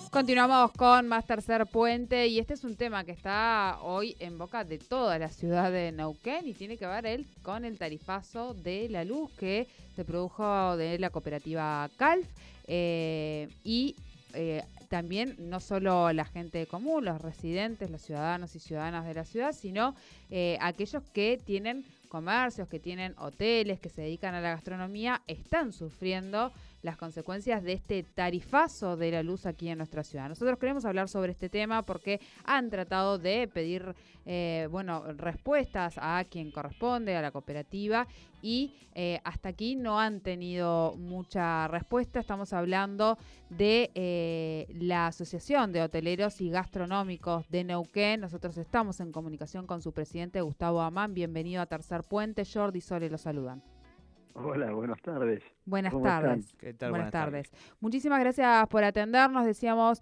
Continuamos con más Tercer Puente y este es un tema que está hoy en boca de toda la ciudad de Neuquén y tiene que ver con el tarifazo de la luz que se produjo de la cooperativa CALF también no solo la gente común, los residentes, los ciudadanos y ciudadanas de la ciudad, sino aquellos que tienen comercios, que tienen hoteles, que se dedican a la gastronomía, están sufriendo las consecuencias de este tarifazo de la luz aquí en nuestra ciudad. Nosotros queremos hablar sobre este tema porque han tratado de pedir respuestas a quien corresponde, a la cooperativa, y hasta aquí no han tenido mucha respuesta. Estamos hablando de la Asociación de Hoteleros y Gastronómicos de Neuquén. Nosotros estamos en comunicación con su presidente, Gustavo Amán. Bienvenido a Tercer Puente. Jordi y Sole lo saludan. Hola, buenas tardes. Buenas ¿Cómo tardes. están? ¿Qué tal? Buenas tardes. Muchísimas gracias por atendernos. Decíamos,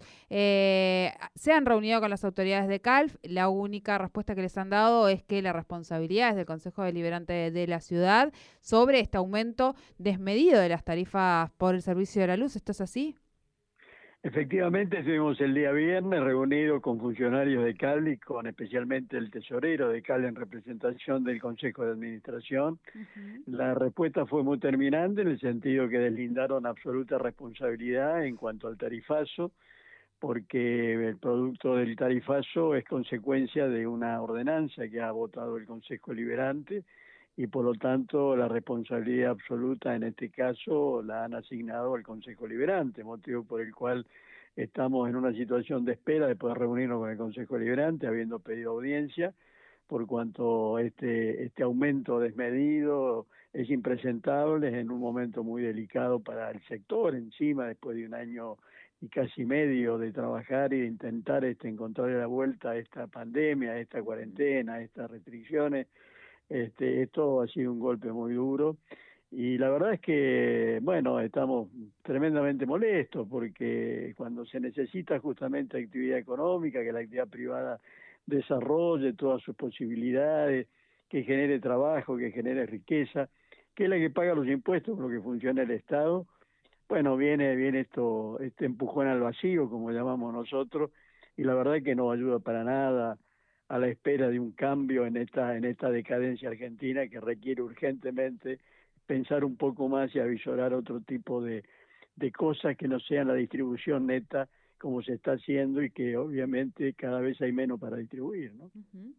se han reunido con las autoridades de CALF. La única respuesta que les han dado es que la responsabilidad es del Consejo Deliberante de la ciudad sobre este aumento desmedido de las tarifas por el servicio de la luz. ¿Esto es así? Efectivamente, estuvimos el día viernes reunidos con funcionarios de CAL y con especialmente el tesorero de CAL en representación del Consejo de Administración. La respuesta fue muy terminante en el sentido que deslindaron absoluta responsabilidad en cuanto al tarifazo, porque el producto del tarifazo es consecuencia de una ordenanza que ha votado el Consejo Deliberante y por lo tanto la responsabilidad absoluta en este caso la han asignado al Consejo Deliberante, motivo por el cual estamos en una situación de espera de poder reunirnos con el Consejo Deliberante, habiendo pedido audiencia, por cuanto este aumento desmedido es impresentable en un momento muy delicado para el sector, encima después de un año y casi medio de trabajar y de intentar encontrar la vuelta a esta pandemia, a esta cuarentena, a estas restricciones. Esto ha sido un golpe muy duro y la verdad es que, bueno, estamos tremendamente molestos porque cuando se necesita justamente actividad económica, que la actividad privada desarrolle todas sus posibilidades, que genere trabajo, que genere riqueza, que es la que paga los impuestos por lo que funciona el Estado, bueno, viene este empujón al vacío, como llamamos nosotros, y la verdad es que no ayuda para nada a la espera de un cambio en esta decadencia argentina que requiere urgentemente pensar un poco más y avisorar otro tipo de cosas que no sean la distribución neta como se está haciendo y que obviamente cada vez hay menos para distribuir, ¿no?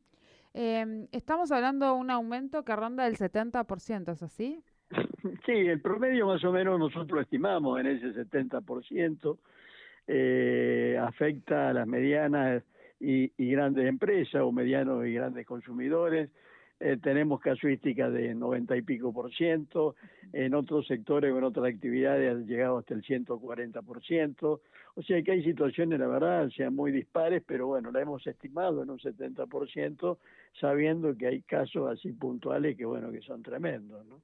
Estamos hablando de un aumento que ronda el 70%, ¿es así? Sí, el promedio más o menos nosotros lo estimamos en ese 70%, afecta a las medianas y grandes empresas o medianos y grandes consumidores. Tenemos casuísticas de 90 y pico %, en otros sectores o en otras actividades han llegado hasta el 140%, o sea que hay situaciones, la verdad, sean muy dispares, pero bueno, la hemos estimado en un 70%, sabiendo que hay casos así puntuales que bueno, que son tremendos, ¿no?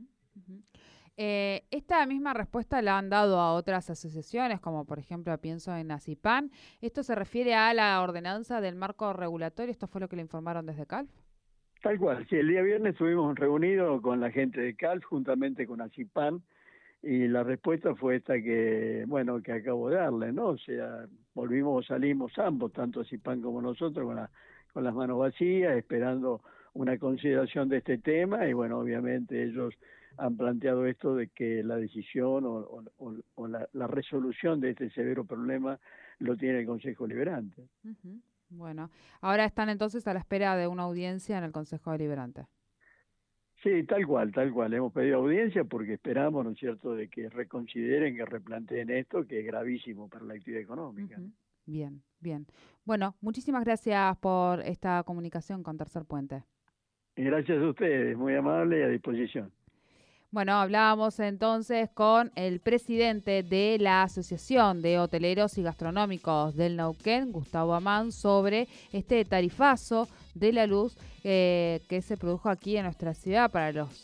Esta misma respuesta la han dado a otras asociaciones, como por ejemplo pienso en ACIPAN. ¿Esto se refiere a la ordenanza del marco regulatorio? ¿Esto fue lo que le informaron desde CALF? Tal cual, sí, el día viernes estuvimos reunidos con la gente de CALF juntamente con ACIPAN y la respuesta fue esta que, bueno, que acabo de darle, ¿no? O sea, salimos ambos, tanto ACIPAN como nosotros, con las manos vacías, esperando una consideración de este tema y bueno, obviamente ellos han planteado esto de que la decisión o la resolución de este severo problema lo tiene el Consejo Deliberante. Bueno, ahora están entonces a la espera de una audiencia en el Consejo Deliberante. Sí, tal cual. Hemos pedido audiencia porque esperamos, ¿no es cierto?, de que reconsideren, que replanteen esto, que es gravísimo para la actividad económica. Bien. Bueno, muchísimas gracias por esta comunicación con Tercer Puente. Y gracias a ustedes, muy amable y a disposición. Bueno, hablábamos entonces con el presidente de la Asociación de Hoteleros y Gastronómicos del Neuquén, Gustavo Amán, sobre este tarifazo de la luz que se produjo aquí en nuestra ciudad para los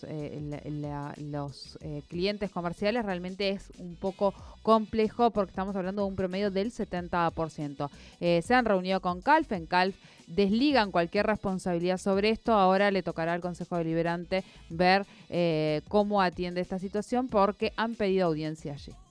clientes comerciales. Realmente es un poco complejo porque estamos hablando de un promedio del 70%. Se han reunido con CALF, en CALF desligan cualquier responsabilidad sobre esto. Ahora le tocará al Consejo Deliberante ver cómo atiende esta situación porque han pedido audiencia allí.